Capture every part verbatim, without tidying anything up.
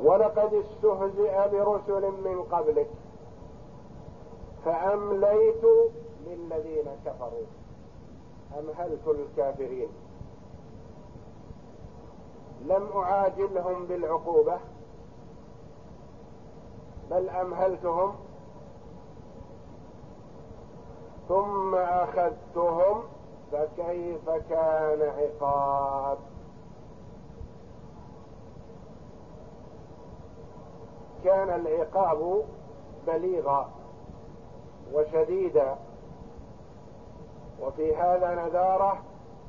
ولقد استهزئ برسل من قبلك فأمليت للذين كفروا. أمهلت الكافرين، لم أعاجلهم بالعقوبة بل أمهلتهم ثم أخذتهم فكيف كان عقاب. كان العقاب بليغا وشديدا، وفي هذا نذارة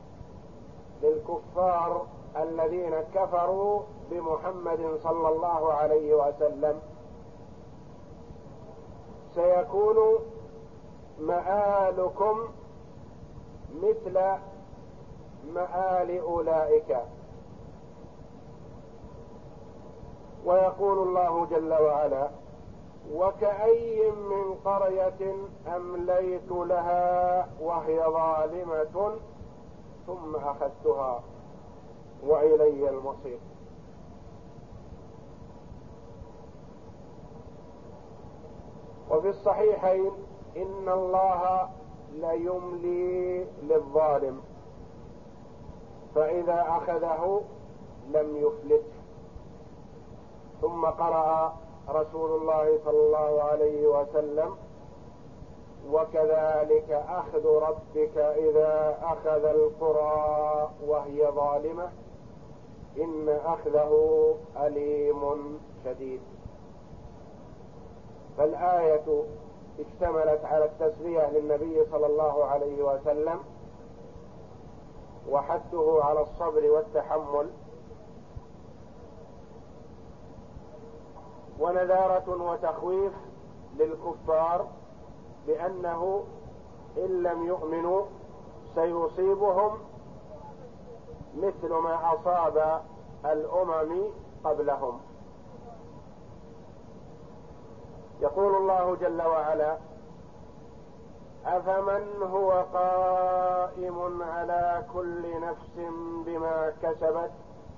للكفار الذين كفروا بمحمد صلى الله عليه وسلم. سيكون مآلكم مثل مآل أولئك. ويقول الله جل وعلا: وكأي من قرية أمليت لها وهي ظالمة ثم أخذتها وإلي المصير. وفي الصحيحين: إن الله ليملي للظالم فإذا أخذه لم يفلته. ثم قرأ رسول الله صلى الله عليه وسلم: وكذلك أخذ ربك إذا أخذ القرى وهي ظالمة إن أخذه أليم شديد. فالآية اشتملت على التسلية للنبي صلى الله عليه وسلم وحثه على الصبر والتحمل، ونذارة وتخويف للكفار بأنه إن لم يؤمنوا سيصيبهم مثل ما أصاب الأمم قبلهم. يقول الله جل وعلا: أفمن هو قائم على كل نفس بما كسبت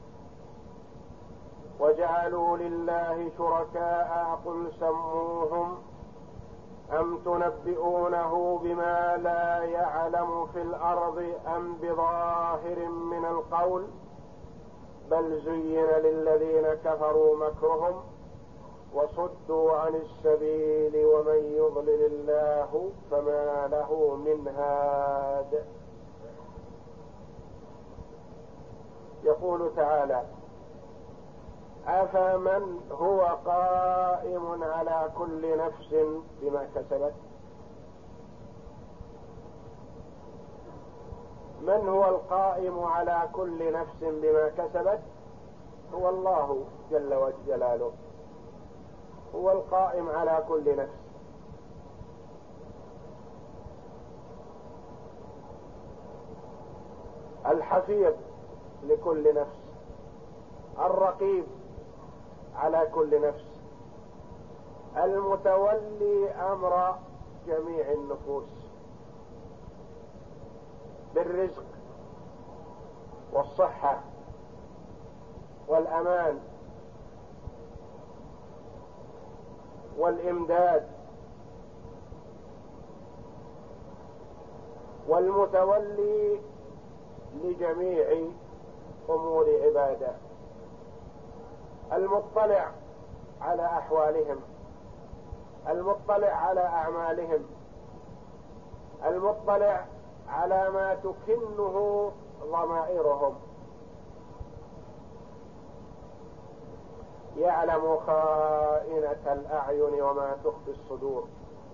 وجعلوا لله شركاء قل سموهم أم تنبئونه بما لا يعلم في الأرض أم بظاهر من القول بل زين للذين كفروا مكرهم وصدوا عن السبيل ومن يضلل الله فما له من هاد. يقول تعالى: أفمن هو قائم على كل نفس بما كسبت. من هو القائم على كل نفس بما كسبت؟ هو الله جل جلاله، هو القائم على كل نفس. الحفيظ لكل نفس، الرقيب على كل نفس، المتولي أمر جميع النفوس بالرزق والصحة والأمان والإمداد، والمتولي لجميع أمور عباده، المطلع على أحوالهم، المطلع على أعمالهم، المطلع على ما تكنه ضمائرهم، يعلم خائنة الأعين وما تخفي الصدور.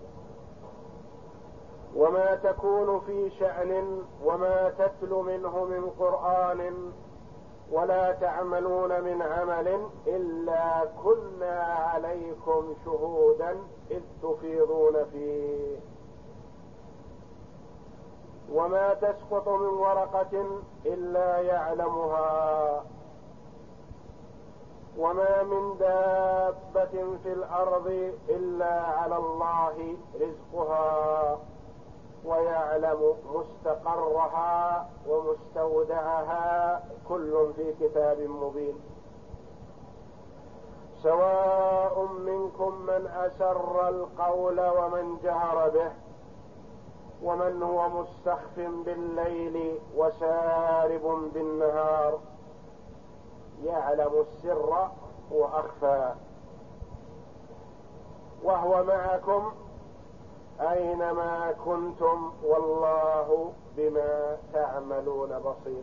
وما تكون في شأن وما تتلو منه من قرآن ولا تعملون من عمل إلا كنا عليكم شهودا إذ تفيضون فيه وما تسقط من ورقة إلا يعلمها وما من دابة في الأرض إلا على الله رزقها ويعلم مستقرها ومستودعها كل في كتاب مبين. سواء منكم من أسر القول ومن جهر به ومن هو مستخف بالليل وسارب بالنهار يعلم السر وأخفى وهو معكم أينما كنتم والله بما تعملون بصير.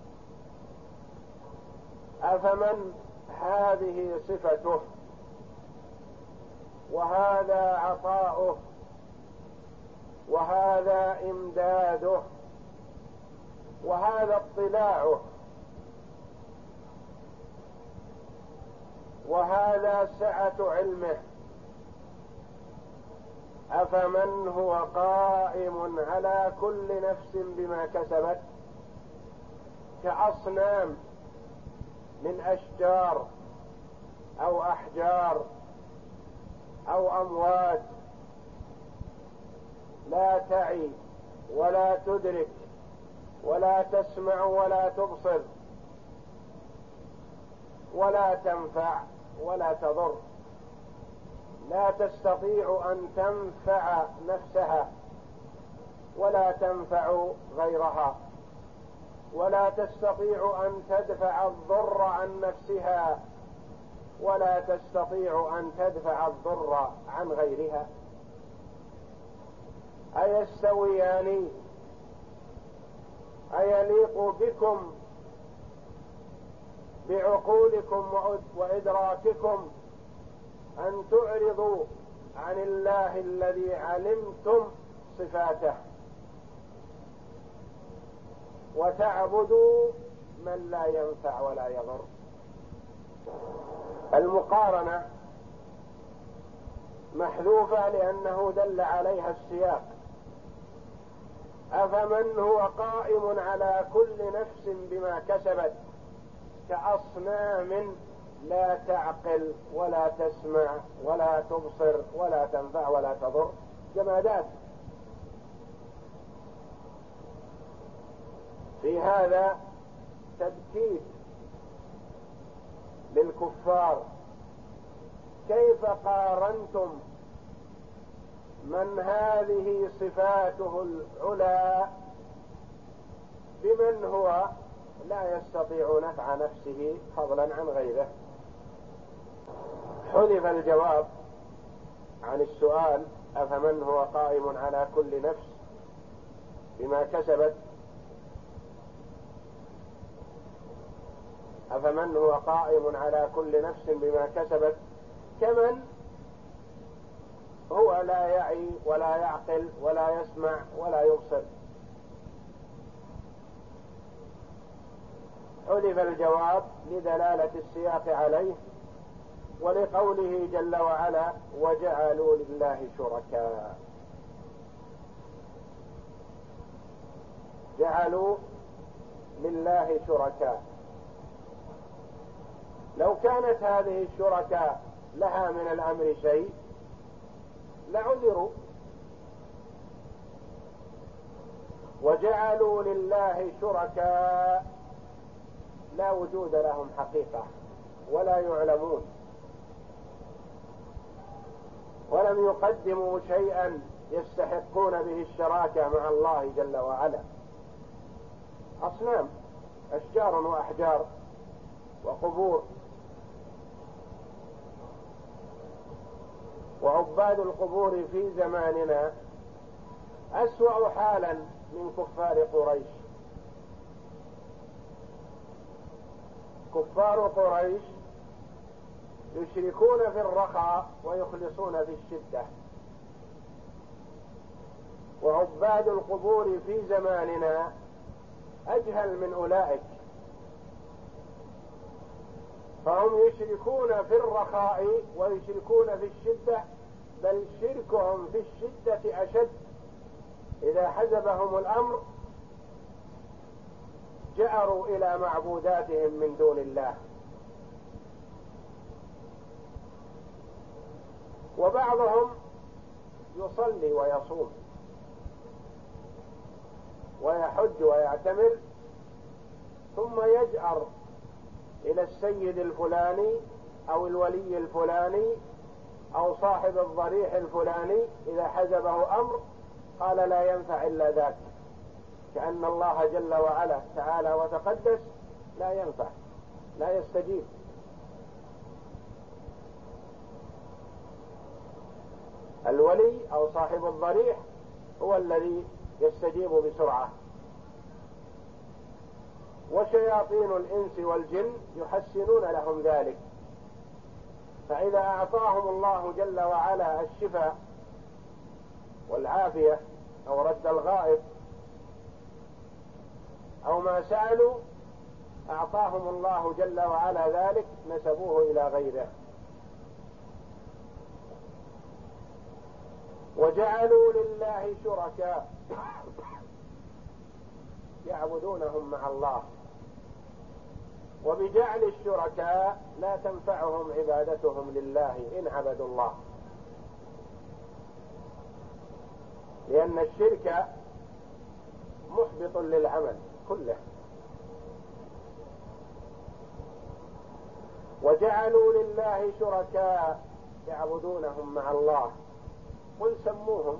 أفمن هذه صفته وهذا عطاؤه وهذا إمداده وهذا اطلاعه وهذا سعة علمه، أفمن هو قائم على كل نفس بما كسبت كأصنام من أشجار أو أحجار أو أموات لا تعي ولا تدرك ولا تسمع ولا تبصر ولا تنفع ولا تضر، لا تستطيع أن تنفع نفسها ولا تنفع غيرها، ولا تستطيع أن تدفع الضر عن نفسها ولا تستطيع أن تدفع الضر عن غيرها. أيستويان؟ أيليق بكم بعقولكم وإدراككم أن تعرضوا عن الله الذي علمتم صفاته وتعبدوا من لا ينفع ولا يضر؟ المقارنة محذوفة لأنه دل عليها السياق. أفمن هو قائم على كل نفس بما كسبت كأصنام لا تعقل ولا تسمع ولا تبصر ولا تنفع ولا تضر، جمادات. في هذا تبكيت للكفار، كيف قارنتم من هذه صفاته العلى بمن هو لا يستطيع نفع نفسه فضلا عن غيره؟ حذف الجواب عن السؤال أفمن هو قائم على كل نفس بما كسبت أفمن هو قائم على كل نفس بما كسبت كمن هو لا يعي ولا يعقل ولا يسمع ولا يبصر. حذف الجواب لدلالة السياق عليه ولقوله جل وعلا وجعلوا لله شركاء. جعلوا لله شركاء، لو كانت هذه الشركاء لها من الأمر شيء لعذروا. وجعلوا لله شركاء لا وجود لهم حقيقة ولا يعلمون ولم يقدموا شيئا يستحقون به الشراكة مع الله جل وعلا. أصنام، أشجار وأحجار وقبور. وعباد القبور في زماننا أسوأ حالا من كفار قريش. كفار قريش يشركون في الرخاء ويخلصون في الشدة، وعباد القبور في زماننا أجهل من أولئك، فهم يشركون في الرخاء ويشركون في الشدة، بل شركهم في الشدة أشد. إذا حزبهم الأمر جأروا إلى معبوداتهم من دون الله. وبعضهم يصلي ويصوم ويحج ويعتمر ثم يجأر إلى السيد الفلاني أو الولي الفلاني أو صاحب الضريح الفلاني إذا حزبه أمر قال لا ينفع إلا ذاك، كأن الله جل وعلا تعالى وتقدس لا ينفع، لا يستجيب. الولي أو صاحب الضريح هو الذي يستجيب بسرعة. وشياطين الإنس والجن يحسنون لهم ذلك، فإذا أعطاهم الله جل وعلا الشفاء والعافية أو رد الغائب أو ما سألوا أعطاهم الله جل وعلا ذلك نسبوه إلى غيره. وجعلوا لله شركاء يعبدونهم مع الله، وبجعل الشركاء لا تنفعهم عبادتهم لله إن عبدوا الله، لأن الشرك محبط للعمل كله. وجعلوا لله شركاء يعبدونهم مع الله، قل سموهم،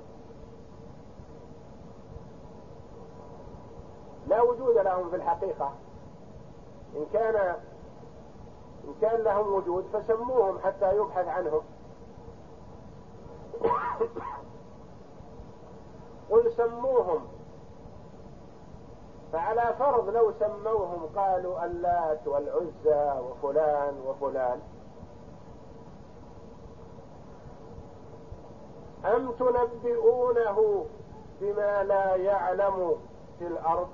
لا وجود لهم في الحقيقة. إن كان إن كان لهم وجود فسموهم حتى يبحث عنهم. قل سموهم، فعلى فرض لو سموهم قالوا اللات والعزى وفلان وفلان، أم تنبئونه بما لا يعلم في الأرض،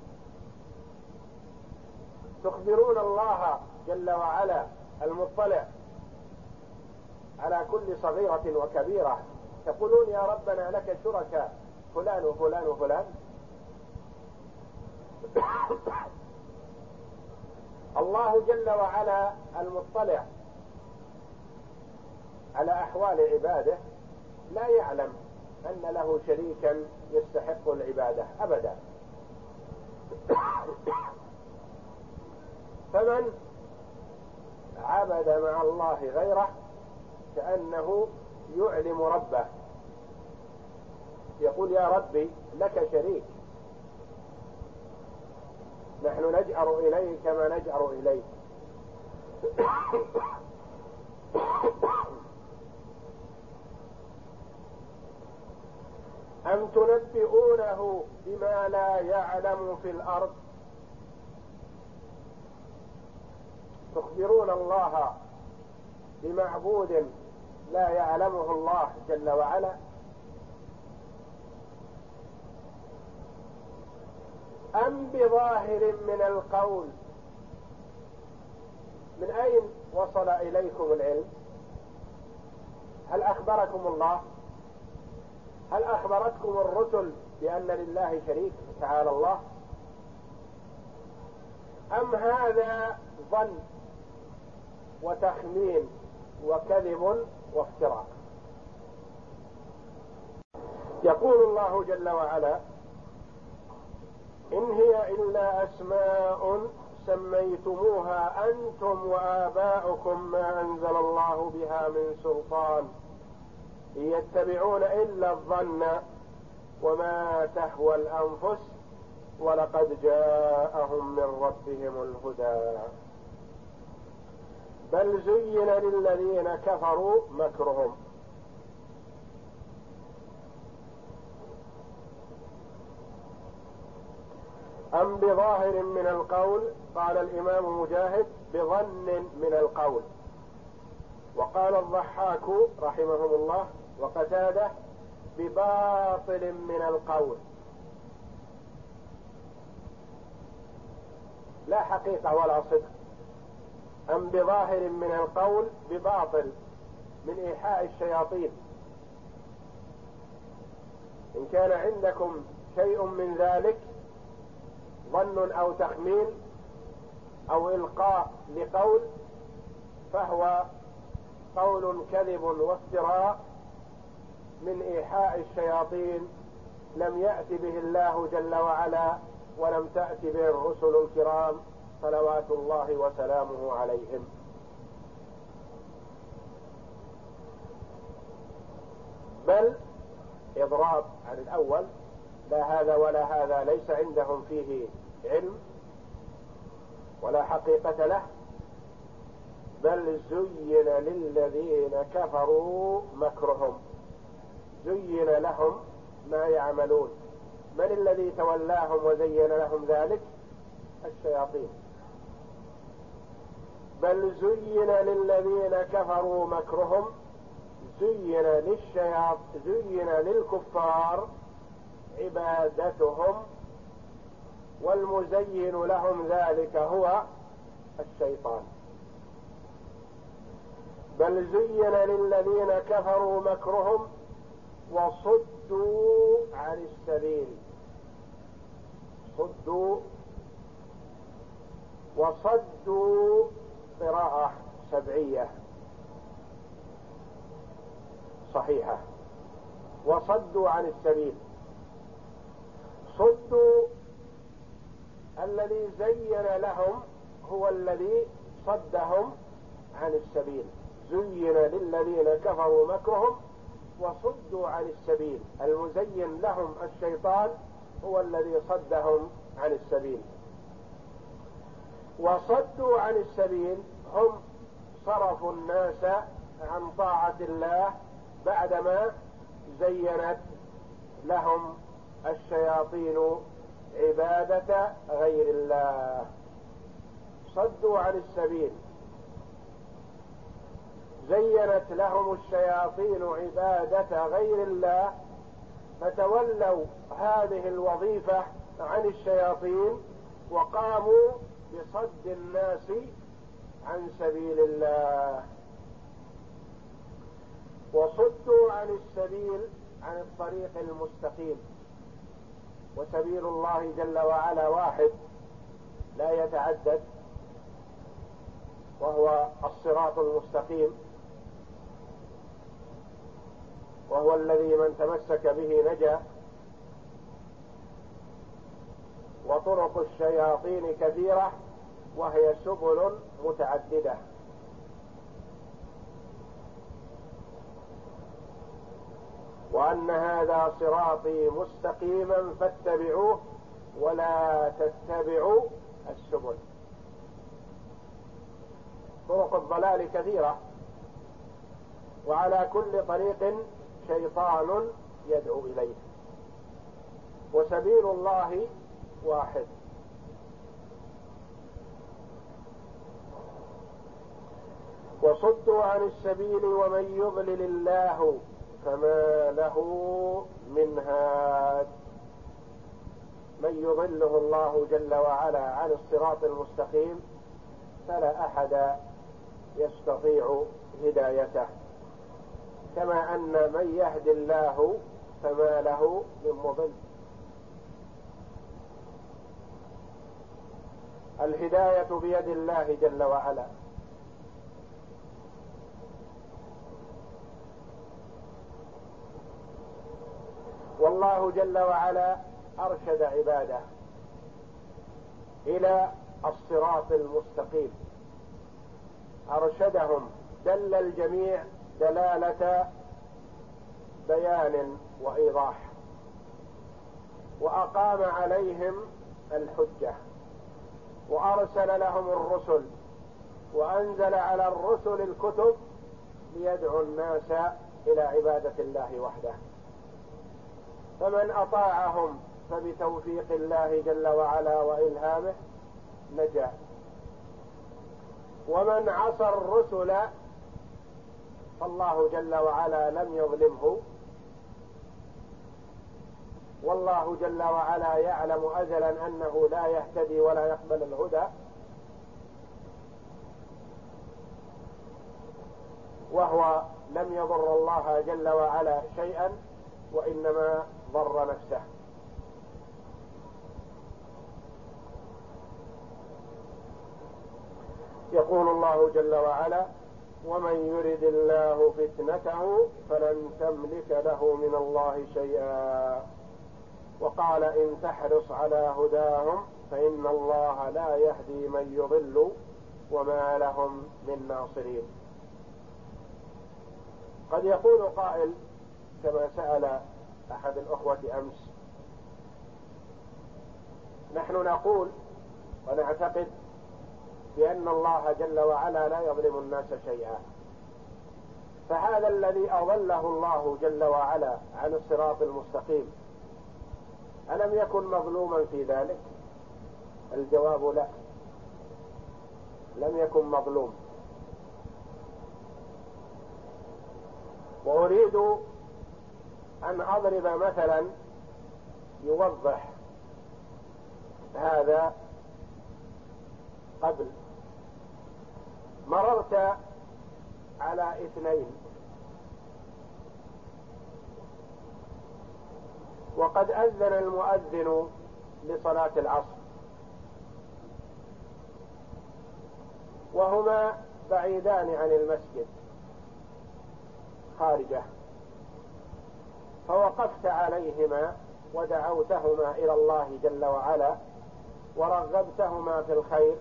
تخبرون الله جل وعلا المطلع على كل صغيرة وكبيرة، تقولون يا ربنا لك شركاء فلان وفلان وفلان. الله جل وعلا المطلع على أحوال عباده لا يعلم أن له شريكا يستحق العبادة أبدا. فمن عبد مع الله غيره كأنه يعلم ربه، يقول يا ربي لك شريك، نحن نجأر إليه كما نجأر إليك. أم تنبئونه بما لا يعلم في الأرض، تخبرون الله بمعبود لا يعلمه الله جل وعلا. أم بظاهر من القول، من أين وصل إليكم العلم؟ هل أخبركم الله؟ هل أخبرتكم الرسل بأن لله شريك تعالى الله؟ أم هذا ظن وتخمين وكذب وافتراء؟ يقول الله جل وعلا إن هي إلا أسماء سميتموها أنتم وآباؤكم ما أنزل الله بها من سلطان إن يتبعون إلا الظن وما تهوى الأنفس ولقد جاءهم من ربهم الهدى بل زين للذين كفروا مكرهم. أم بظاهر من القول، قال الإمام مجاهد بظن من القول، وقال الضحاك رحمهم الله وقتاده بباطل من القول، لا حقيقة ولا صدق. أم بظاهر من القول بباطل من إيحاء الشياطين. إن كان عندكم شيء من ذلك ظن أو تخمين أو إلقاء لقول فهو قول كذب وافتراء من إيحاء الشياطين لم يأت به الله جل وعلا ولم تأت به الرسل الكرام صلوات الله وسلامه عليهم. بل إضراب عن الأول، لا هذا ولا هذا ليس عندهم فيه علم ولا حقيقة له، بل زين للذين كفروا مكرهم، زين لهم ما يعملون. من الذي تولاهم وزين لهم ذلك؟ الشياطين. بل زين للذين كفروا مكرهم، زين للشياطين، زين للكفار عبادتهم، والمزين لهم ذلك هو الشيطان. بل زين للذين كفروا مكرهم وصدوا عن السبيل، صدوا وصدوا قراءة سبعية صحيحة، وصدوا عن السبيل. صدوا الذي زين لهم هو الذي صدهم عن السبيل، زين للذين كفروا مكرهم وصدوا عن السبيل، المزين لهم الشيطان هو الذي صدهم عن السبيل. وصدوا عن السبيل هم صرفوا الناس عن طاعة الله بعدما زينت لهم الشياطين عبادة غير الله. صدوا عن السبيل، زينت لهم الشياطين عبادة غير الله، فتولوا هذه الوظيفة عن الشياطين وقاموا بصد الناس عن سبيل الله. وصدوا عن السبيل، عن الطريق المستقيم. وسبيل الله جل وعلا واحد لا يتعدد، وهو الصراط المستقيم، وهو الذي من تمسك به نجا. وطرق الشياطين كثيرة وهي سبل متعددة. وأن هذا صراطي مستقيما فاتبعوه ولا تتبعوا السبل. طرق الضلال كثيرة، وعلى كل طريق شيطان يدعو إليه، وسبيل الله واحد. وصدوا عن السبيل ومن يضلل الله فما له من هاد. من يضله الله جل وعلا عن الصراط المستقيم فلا أحد يستطيع هدايته، كما أن من يهد الله فما له من مضل. الهداية بيد الله جل وعلا، والله جل وعلا أرشد عباده إلى الصراط المستقيم، أرشدهم، دل الجميع دلالة بيان وإيضاح، وأقام عليهم الحجة، وأرسل لهم الرسل، وأنزل على الرسل الكتب ليدعو الناس إلى عبادة الله وحده. فمن أطاعهم فبتوفيق الله جل وعلا وإلهامه نجا، ومن عصى الرسل فالله جل وعلا لم يظلمه، والله جل وعلا يعلم أزلا أنه لا يهتدي ولا يقبل الهدى، وهو لم يضر الله جل وعلا شيئا وإنما ضر نفسه. يقول الله جل وعلا: ومن يرد الله فتنته فلن تملك له من الله شيئا. وقال: إن تحرص على هداهم فإن الله لا يهدي من يضل وما لهم من ناصرين. قد يقول قائل: كما سأل أحد الأخوة أمس. نحن نقول ونعتقد بأن الله جل وعلا لا يظلم الناس شيئا، فهذا الذي أضله الله جل وعلا عن الصراط المستقيم ألم يكن مظلوما في ذلك؟ الجواب لا، لم يكن مظلوم. وأريد أن أضرب مثلا يوضح هذا. قبل مررت على اثنين وقد أذن المؤذن لصلاة العصر، وهما بعيدان عن المسجد خارجه، فوقفت عليهما ودعوتهما إلى الله جل وعلا ورغبتهما في الخير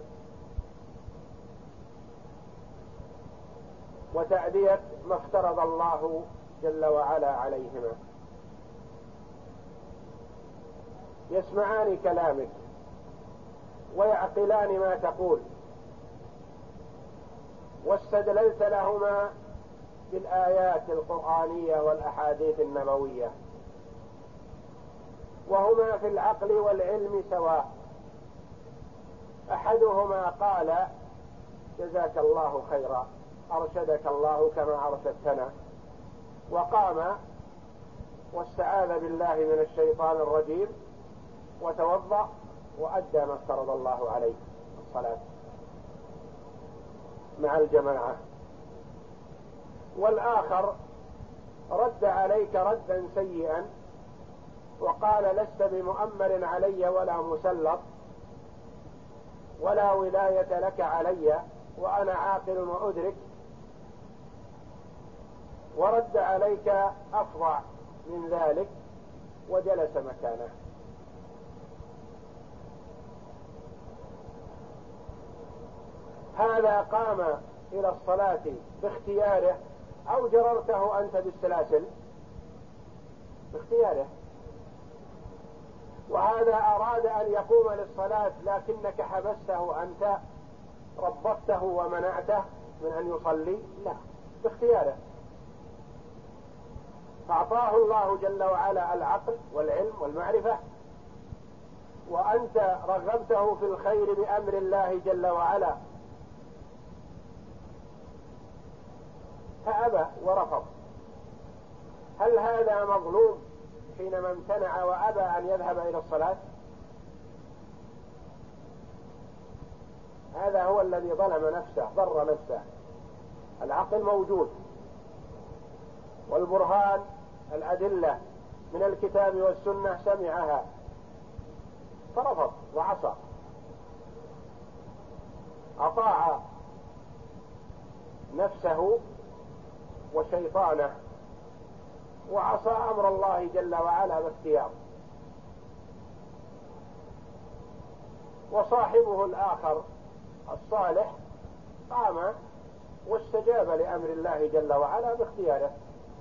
وتأدية ما افترض الله جل وعلا عليهما. يسمعان كلامك ويعقلان ما تقول، واستدللت لهما بالآيات القرآنية والأحاديث النبوية، وهما في العقل والعلم سواء. أحدهما قال جزاك الله خيرا، أرشدك الله كما أرشدتنا، وقام واستعاذ بالله من الشيطان الرجيم وتوضأ وأدى ما افترض الله عليه الصلاة مع الجماعة. والآخر رد عليك ردا سيئا وقال لست بمؤمر علي ولا مسلط ولا ولاية لك علي وأنا عاقل وأدرك، ورد عليك أفظع من ذلك وجلس مكانه. هذا قام إلى الصلاة باختياره أو جررته أنت بالسلاسل؟ باختياره. وهذا أراد أن يقوم للصلاة لكنك حبسته أنت، ربطته ومنعته من أن يصلي؟ لا، باختياره. فأعطاه الله جل وعلا العقل والعلم والمعرفة، وأنت رغبته في الخير بأمر الله جل وعلا فأبى ورفض. هل هذا مظلوم حينما امتنع وأبى أن يذهب إلى الصلاة؟ هذا هو الذي ظلم نفسه، ضر نفسه. العقل موجود والبرهان الأدلة من الكتاب والسنة سمعها فرفض وعصى، أطاع نفسه وشيطانه وعصى أمر الله جل وعلا باختيار. وصاحبه الآخر الصالح قام واستجاب لأمر الله جل وعلا باختياره.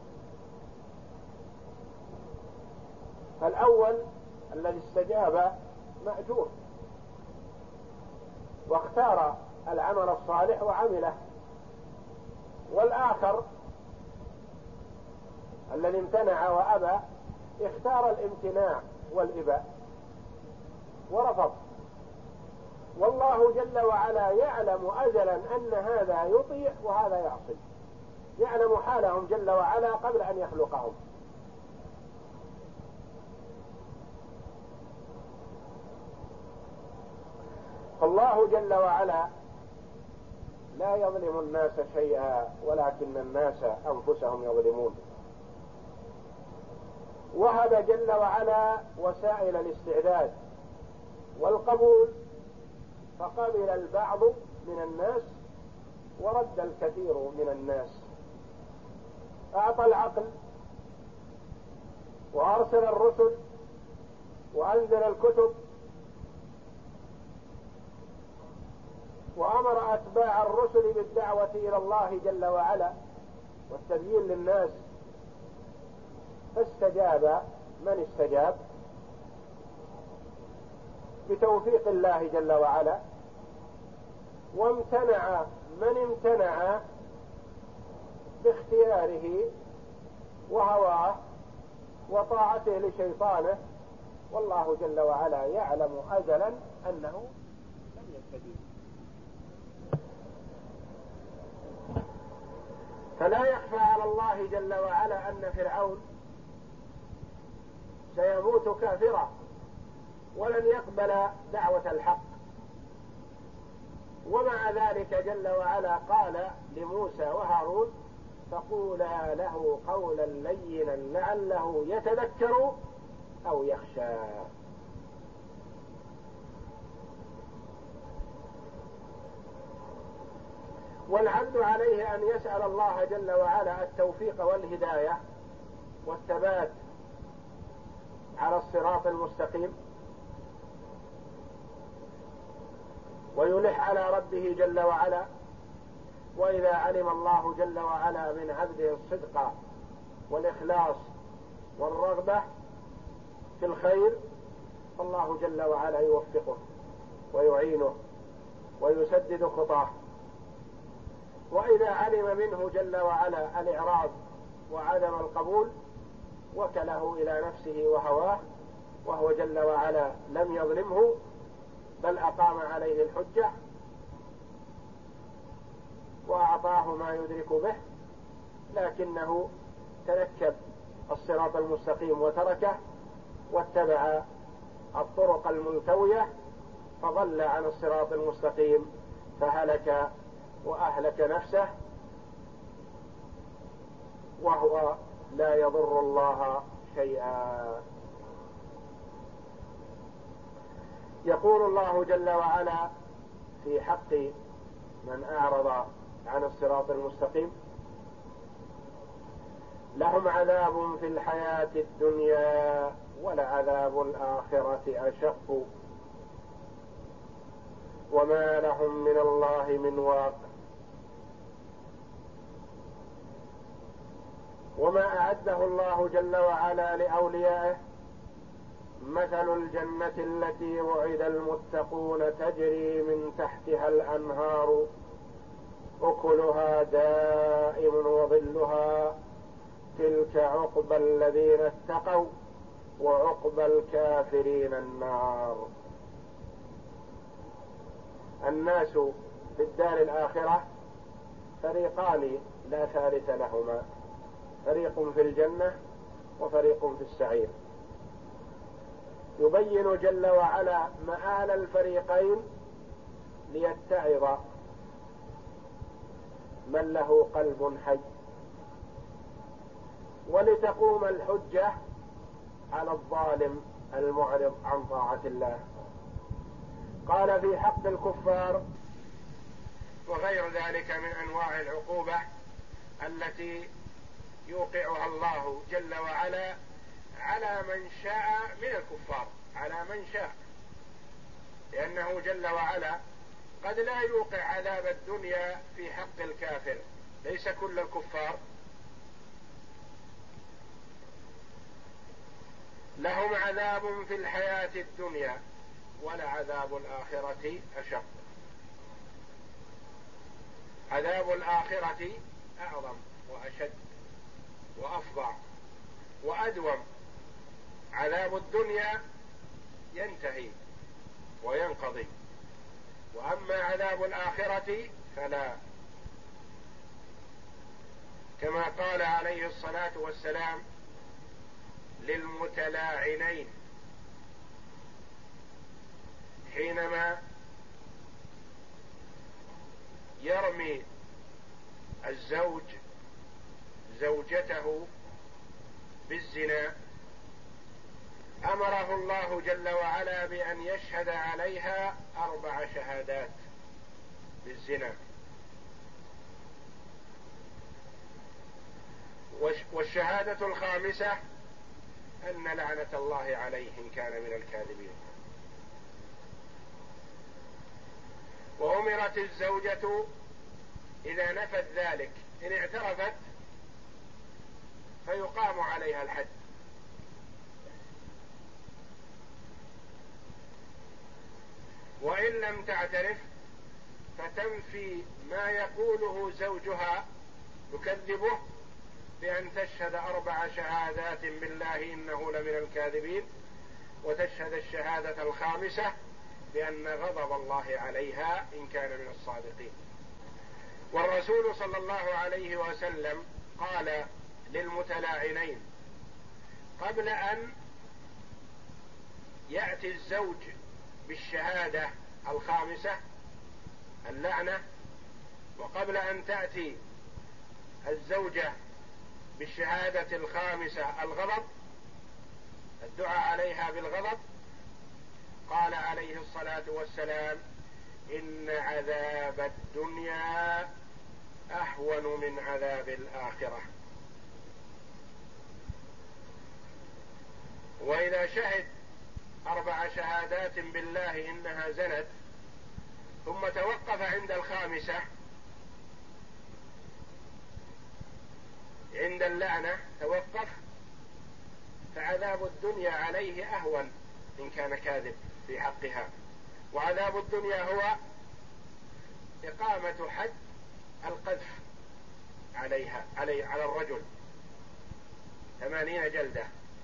فالأول الذي استجاب مأجور واختار العمل الصالح وعمله، والآخر الذي امتنع وأبى اختار الامتناع والإباء ورفض. والله جل وعلا يعلم أزلا أن هذا يطيع وهذا يعصي، يعلم حالهم جل وعلا قبل أن يخلقهم. فالله جل وعلا لا يظلم الناس شيئا ولكن الناس أنفسهم يظلمون. وهب جل وعلا وسائل الاستعداد والقبول، فقبل البعض من الناس ورد الكثير من الناس. أعطى العقل وأرسل الرسل وأنزل الكتب وأمر أتباع الرسل بالدعوة إلى الله جل وعلا والتبيين للناس، فاستجاب من استجاب بتوفيق الله جل وعلا، وامتنع من امتنع باختياره وهواه وطاعته لشيطانه، والله جل وعلا يعلم أزلا أنه لم يستجيب. فلا يخفى على الله جل وعلا أن فرعون سيموت كافرا ولن يقبل دعوة الحق، ومع ذلك جل وعلا قال لموسى وهارون: فقولا له قولا لينا لعله يتذكر أو يخشى. والعبد عليه أن يسأل الله جل وعلا التوفيق والهداية والثبات على الصراط المستقيم، ويلح على ربه جل وعلا. وإذا علم الله جل وعلا من عبده الصدق والإخلاص والرغبة في الخير، فالله جل وعلا يوفقه ويعينه ويسدد خطاه. وإذا علم منه جل وعلا الإعراض وعدم القبول، وكله إلى نفسه وهواه، وهو جل وعلا لم يظلمه بل أقام عليه الحجة وأعطاه ما يدرك به، لكنه تنكب الصراط المستقيم وتركه واتبع الطرق الملتوية فضل عن الصراط المستقيم فهلك وأهلك نفسه، وهو لا يضر الله شيئا. يقول الله جل وعلا في حق من أعرض عن الصراط المستقيم: لهم عذاب في الحياة الدنيا ولعذاب الآخرة أشق وما لهم من الله من واق. وما أعده الله جل وعلا لأوليائه مثل الجنة التي وعد المتقون تجري من تحتها الأنهار أكلها دائم وظلها تلك عقبى الذين اتقوا وعقبى الكافرين النار. الناس في الدار الآخرة فريقان لا ثالث لهما، فريق في الجنة وفريق في السعير. يبين جل وعلا مآل الفريقين ليتعظ من له قلب حي، ولتقوم الحجة على الظالم المعرض عن طاعة الله. قال في حق الكفار وغير ذلك من أنواع العقوبة التي يوقعها الله جل وعلا على من شاء من الكفار، على من شاء، لأنه جل وعلا قد لا يوقع عذاب الدنيا في حق الكافر، ليس كل الكفار. لهم عذاب في الحياة الدنيا ولعذاب الآخرة أشق. عذاب الآخرة أعظم وأشد وأفظع وأدوم. عذاب الدنيا ينتهي وينقضي، وأما عذاب الآخرة فلا، كما قال عليه الصلاة والسلام للمتلاعنين حينما يرمي الزوج زوجته بالزنا، أمره الله جل وعلا بأن يشهد عليها أربع شهادات بالزنا، والشهادة الخامسة أن لعنة الله عليه إن كان من الكاذبين. وأمرت الزوجة إذا نفت ذلك إن اعترفت فيقام عليها عليها الحد. وإن لم تعترف فتنفي ما يقوله زوجها، تكذبه بأن تشهد أربع شهادات بالله إنه لمن الكاذبين، وتشهد الشهادة الخامسة بأن غضب الله عليها إن كان من الصادقين. والرسول صلى الله عليه وسلم قال للمتلاعنين قبل أن يأتي الزوج بالشهادة الخامسة اللعنة، وقبل أن تأتي الزوجة بالشهادة الخامسة الغضب، الدعاء عليها بالغضب، قال عليه الصلاة والسلام: إن عذاب الدنيا أهون من عذاب الآخرة. وإذا شهد أربع شهادات بالله إنها زنت ثم توقف عند الخامسة عند اللعنة، توقف، فعذاب الدنيا عليه أهون إن كان كاذب في حقها. وعذاب الدنيا هو إقامة حد القذف عليها علي على الرجل ثمانين جلدة.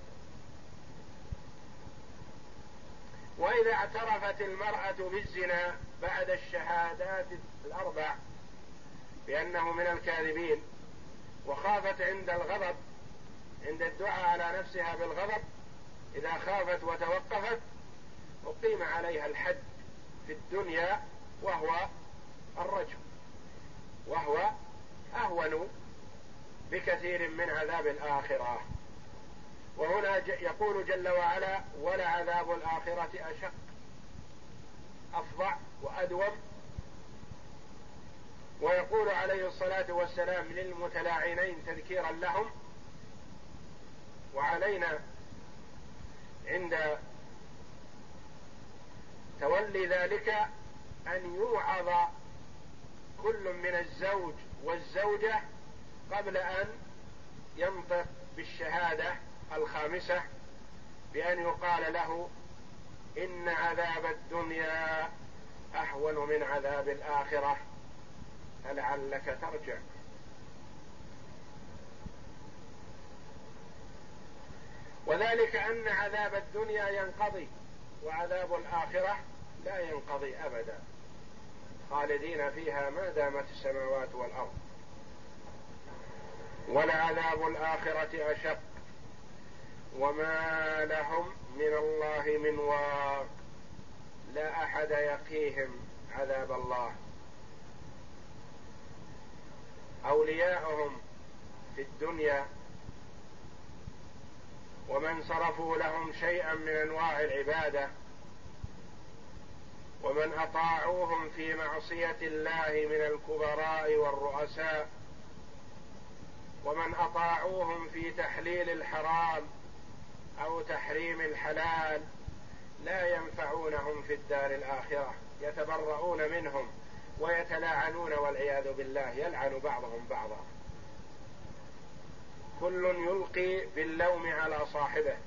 وإذا اعترفت المرأة بالزنا بعد الشهادات الأربع بأنه من الكاذبين، وخافت عند الغضب، عند الدعاء على نفسها بالغضب، إذا خافت وتوقفت أقيم عليها الحد في الدنيا وهو الرجم، وهو أهون بكثير من عذاب الآخرة. وهنا يقول جل وعلا: ولعذاب الآخرة أشق، أفظع وأدوم. ويقول عليه الصلاة والسلام للمتلاعنين تذكيرا لهم: وعلينا عند تولي ذلك أن يوعظ كل من الزوج والزوجة قبل أن ينطق بالشهادة الخامسة بأن يقال له: إن عذاب الدنيا أهون من عذاب الآخرة فلعلك ترجع. وذلك أن عذاب الدنيا ينقضي، وعذاب الآخرة لا ينقضي أبدا، خالدين فيها ما دامت السماوات والأرض. ولعذاب الآخرة أشق وما لهم من الله من واق، لا أحد يقيهم عذاب الله. أولياؤهم في الدنيا ومن صرفوا لهم شيئا من أنواع العبادة ومن أطاعوهم في معصية الله من الكبراء والرؤساء ومن أطاعوهم في تحليل الحرام أو تحريم الحلال لا ينفعونهم في الدار الآخرة، يتبرؤون منهم ويتلاعنون والعياذ بالله، يلعن بعضهم بعضا، كل يلقي باللوم على صاحبه،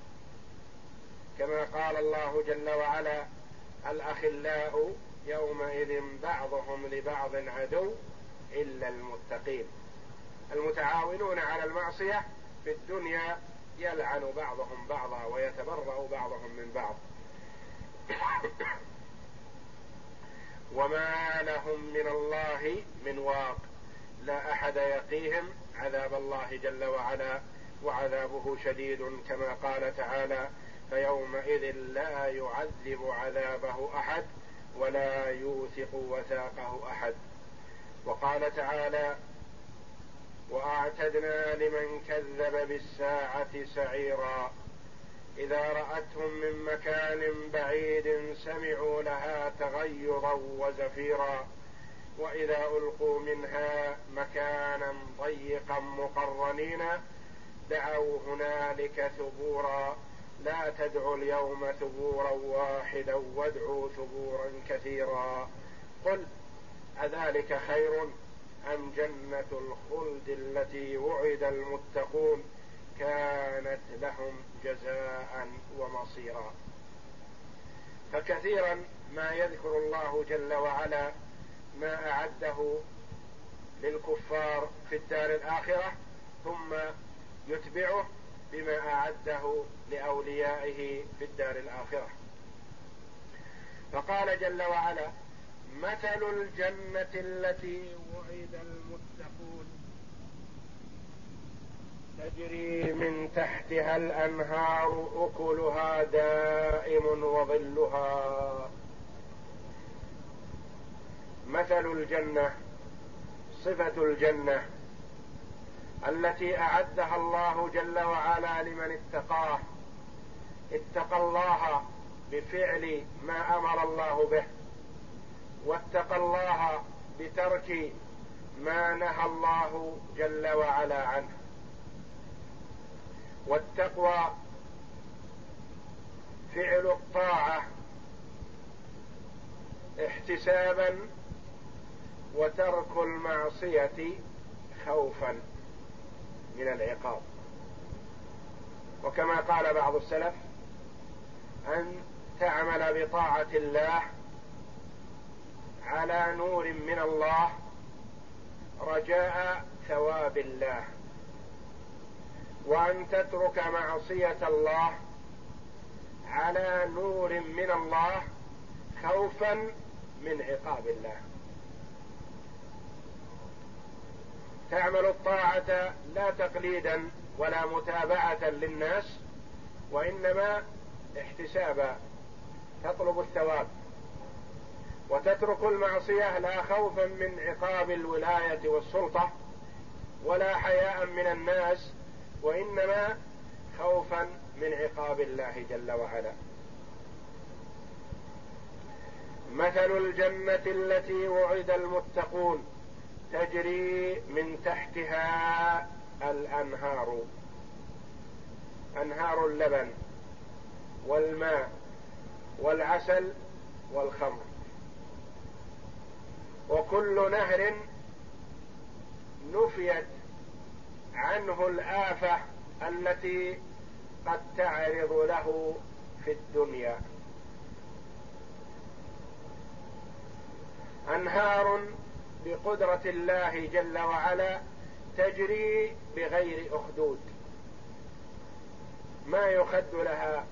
كما قال الله جل وعلا: الأخلاء يومئذ بعضهم لبعض عدو إلا المتقين. المتعاونون على المعصية في الدنيا يلعن بعضهم بعضا ويتبرأ بعضهم من بعض. وما لهم من الله من واق، لا أحد يقيهم عذاب الله جل وعلا، وعذابه شديد، كما قال تعالى: فيومئذ لا يعذب عذابه أحد ولا يوثق وثاقه أحد. وقال تعالى: وأعتدنا لمن كذب بالساعة سعيرا إذا رأتهم من مكان بعيد سمعوا لها تغيظا وزفيرا وإذا ألقوا منها مكانا ضيقا مقرنين دعوا هنالك ثبورا لا تدعوا اليوم ثبورا واحدا وادعوا ثبورا كثيرا قل أذلك خير أم جنة الخلد التي وعد المتقون كانت لهم جزاء ومصيرا. فكثيرا ما يذكر الله جل وعلا ما أعده للكفار في الدار الآخرة، ثم يتبعه بما أعده لأوليائه في الدار الآخرة. فقال جل وعلا: مثل الجنة التي وعد المتقون تجري من تحتها الأنهار أكلها دائم وظلها. مثل الجنة، صفة الجنة التي أعدها الله جل وعلا لمن اتقاه، اتقى الله بفعل ما أمر الله به، واتقى الله بترك ما نهى الله جل وعلا عنه. والتقوى فعل الطاعة احتسابا، وترك المعصية خوفا من العقاب. وكما قال بعض السلف: أن تعمل بطاعة الله على نور من الله رجاء ثواب الله، وأن تترك معصية الله على نور من الله خوفا من عقاب الله. تعمل الطاعة لا تقليدا ولا متابعة للناس، وإنما احتسابا تطلب الثواب، وتترك المعصية لا خوفا من عقاب الولاية والسلطة ولا حياء من الناس، وإنما خوفا من عقاب الله جل وعلا. مثل الجنة التي وعد المتقون تجري من تحتها الأنهار، أنهار اللبن والماء والعسل والخمر، وكل نهر نفيت عنه الآفة التي قد تعرض له في الدنيا. أنهار بقدرة الله جل وعلا تجري بغير أخدود، ما يخد لها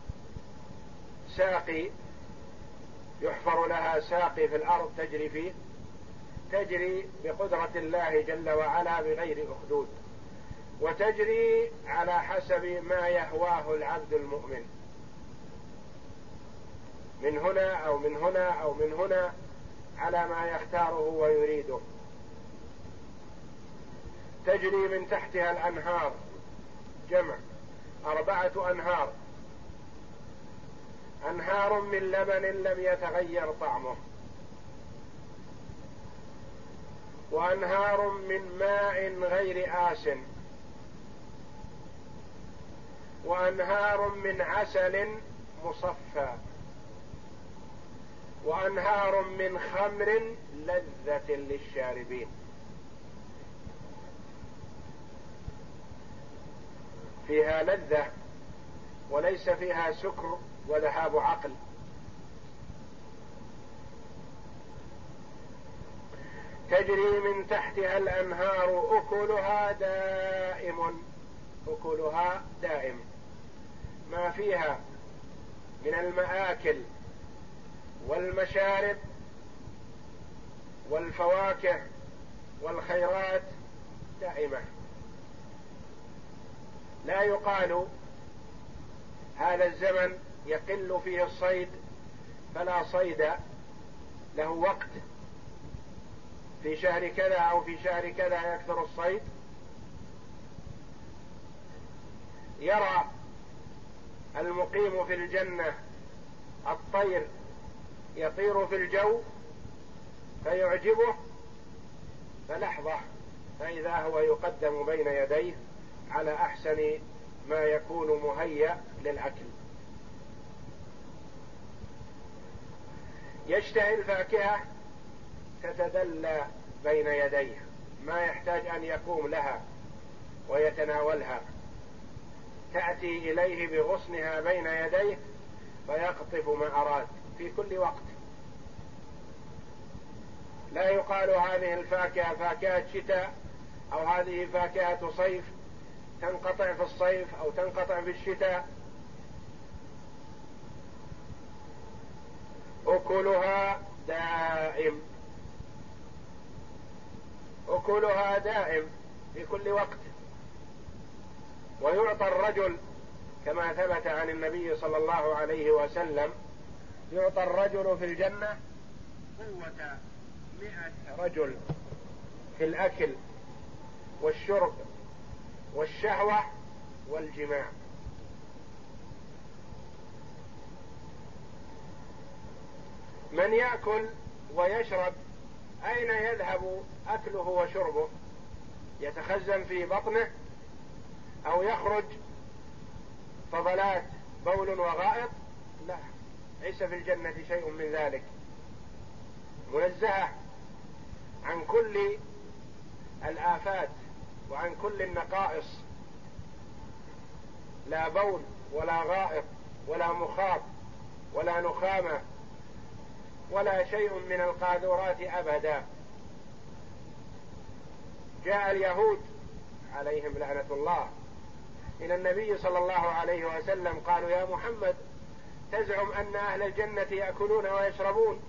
ساقي، يحفر لها ساقي في الأرض تجري فيه، تجري بقدرة الله جل وعلا بغير أخدود، وتجري على حسب ما يهواه العبد المؤمن، من هنا أو من هنا أو من هنا، على ما يختاره ويريده. تجري من تحتها الأنهار، جمع أربعة أنهار: أنهار من لبن لم يتغير طعمه، وأنهار من ماء غير آسن، وأنهار من عسل مصفى، وأنهار من خمر لذة للشاربين. فيها لذة وليس فيها سكر وذهاب عقل. تجري من تحتها الأنهار أكلها دائم، أكلها دائم، ما فيها من المآكل والمشارب والفواكه والخيرات دائمة. لا يقال هذا الزمن يقل فيه الصيد فلا صيد له وقت، في شهر كذا أو في شهر كذا يكثر الصيد. يرى المقيم في الجنة الطير يطير في الجو فيعجبه، فلحظة فإذا هو يقدم بين يديه على أحسن ما يكون مهيأ للأكل. يشتهي الفاكهة تتدلى بين يديه، ما يحتاج أن يقوم لها ويتناولها، تأتي إليه بغصنها بين يديه فيقطف ما أراد في كل وقت. لا يقال هذه الفاكهة فاكهة شتاء أو هذه فاكهة صيف تنقطع في الصيف أو تنقطع في الشتاء. أكلها دائم، أكلها دائم في كل وقت. ويعطى الرجل كما ثبت عن النبي صلى الله عليه وسلم، يعطى الرجل في الجنة قوة مئة رجل في الأكل والشرب والشهوة والجماع. من يأكل ويشرب أين يذهب أكله وشربه؟ يتخزن في بطنه أو يخرج فضلات بول وغائط؟ لا، ليس في الجنة شيء من ذلك، منزهة عن كل الآفات وعن كل النقائص، لا بول ولا غائط ولا مخاط ولا نخامة ولا شيء من القاذورات أبدا. جاء اليهود عليهم لعنة الله إلى النبي صلى الله عليه وسلم قالوا: يا محمد، تزعم أن أهل الجنة يأكلون ويشربون،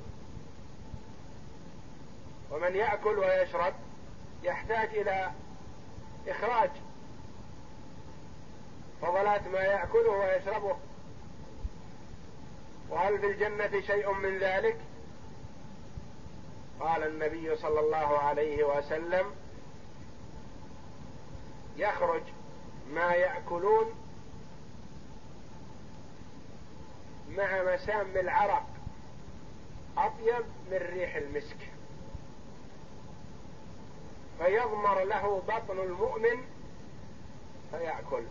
ومن يأكل ويشرب يحتاج إلى إخراج فضلات ما يأكله ويشربه، وهل في الجنة شيء من ذلك؟ قال النبي صلى الله عليه وسلم: يخرج ما يأكلون مع مسام العرق أطيب من ريح المسك، فيضمر له بطن المؤمن فيأكل.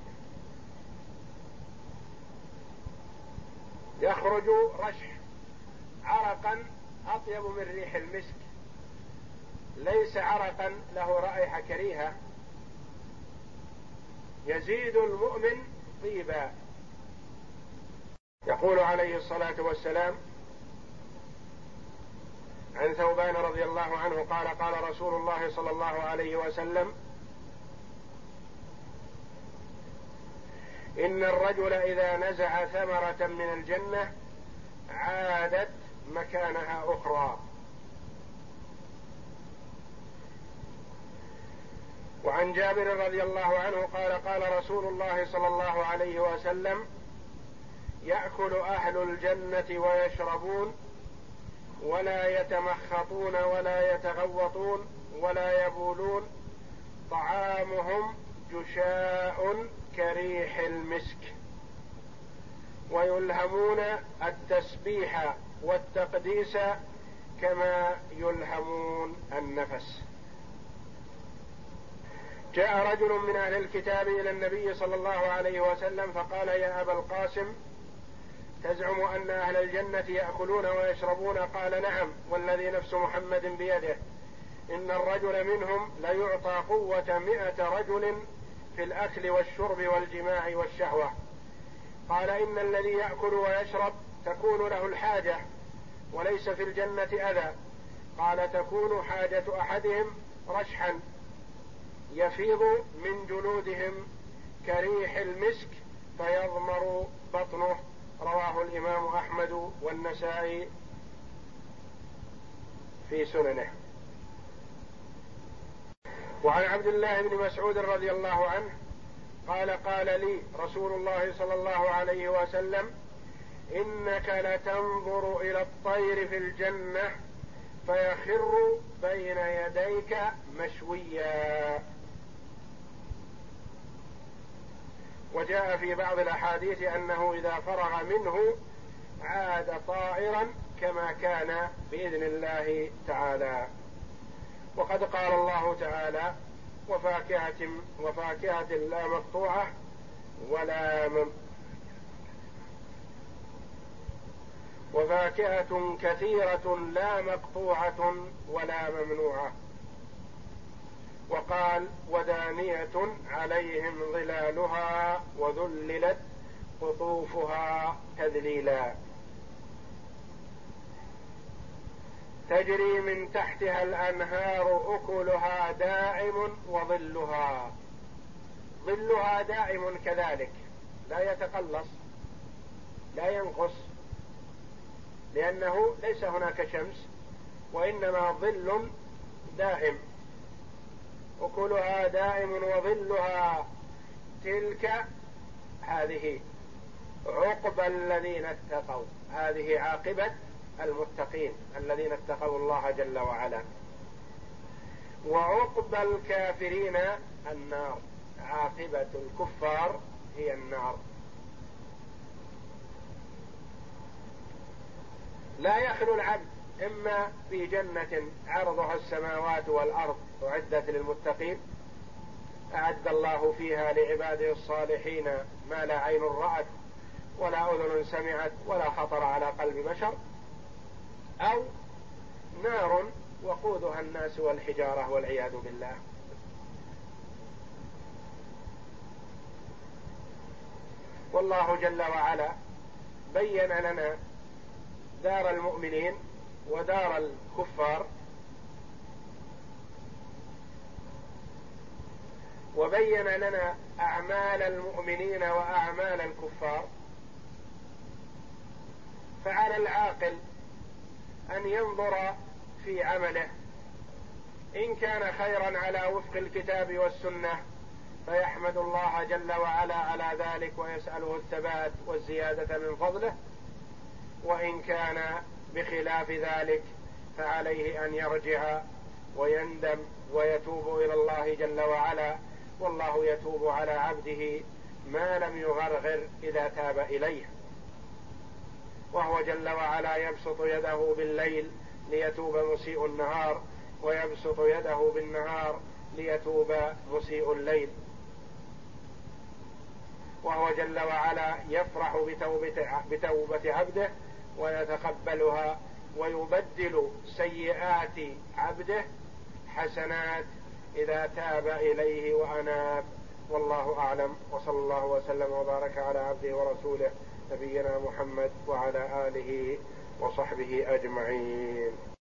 يخرج رشح عرقا أطيب من ريح المسك، ليس عرقا له رائحة كريهة، يزيد المؤمن طيبا. يقول عليه الصلاة والسلام عن ثوبان رضي الله عنه قال: قال رسول الله صلى الله عليه وسلم: إن الرجل إذا نزع ثمرة من الجنة عادت مكانها أخرى. وعن جابر رضي الله عنه قال: قال رسول الله صلى الله عليه وسلم: يأكل أهل الجنة ويشربون ولا يتمخطون ولا يتغوطون ولا يبولون، طعامهم جشاء كريح المسك، ويلهمون التسبيح والتقديس كما يلهمون النفس. جاء رجل من أهل الكتاب إلى النبي صلى الله عليه وسلم فقال: يا أبا القاسم، تزعم أن أهل الجنة يأكلون ويشربون؟ قال: نعم، والذي نفس محمد بيده، إن الرجل منهم ليعطى قوة مئة رجل في الأكل والشرب والجماع والشهوة. قال: إن الذي يأكل ويشرب تكون له الحاجة وليس في الجنة أذى. قال: تكون حاجة أحدهم رشحا يفيض من جلودهم كريح المسك فيضمر بطنه. رواه الإمام أحمد والنسائي في سننه. وعن عبد الله بن مسعود رضي الله عنه قال: قال لي رسول الله صلى الله عليه وسلم: إنك لتنظر إلى الطير في الجنة فيخر بين يديك مشويا. وجاء في بعض الأحاديث أنه إذا فرغ منه عاد طائرا كما كان بإذن الله تعالى. وقد قال الله تعالى: وفاكهة, وفاكهة لا مقطوعة ولا مم وفاكهة كثيرة لا مقطوعة ولا ممنوعة. وقال ودانية عليهم ظلالها وذللت قطوفها تذليلا تجري من تحتها الأنهار أكلها دائم وظلها. ظلها دائم كذلك لا يتقلص لا ينقص، لأنه ليس هناك شمس وإنما ظل دائم. أكلها دائم وظلها تلك هذه عقبى الذين اتقوا، هذه عاقبة المتقين الذين اتقوا الله جل وعلا. وعقبى الكافرين النار، عاقبة الكفار هي النار. لا يخلو العبد إما في جنة عرضها السماوات والأرض أعدت للمتقين، أعد الله فيها لعباده الصالحين ما لا عين رأت ولا أذن سمعت ولا خطر على قلب بشر، أو نار وقودها الناس والحجارة والعياذ بالله. والله جل وعلا بين لنا دار المؤمنين ودار الكفار، وبين لنا أعمال المؤمنين وأعمال الكفار. فعلى العاقل أن ينظر في عمله، إن كان خيرا على وفق الكتاب والسنة فيحمد الله جل وعلا على ذلك ويسأله الثبات والزيادة من فضله، وإن كان بخلاف ذلك فعليه أن يرجع ويندم ويتوب إلى الله جل وعلا، والله يتوب على عبده ما لم يغرغر إذا تاب إليه. وهو جل وعلا يبسط يده بالليل ليتوب مسيء النهار، ويبسط يده بالنهار ليتوب مسيء الليل. وهو جل وعلا يفرح بتوبة, بتوبة عبده ويتقبلها، ويبدل سيئات عبده حسنات إذا تاب إليه وأناب. والله أعلم، وصلى الله وسلم وبارك على عبده ورسوله نبينا محمد وعلى آله وصحبه أجمعين.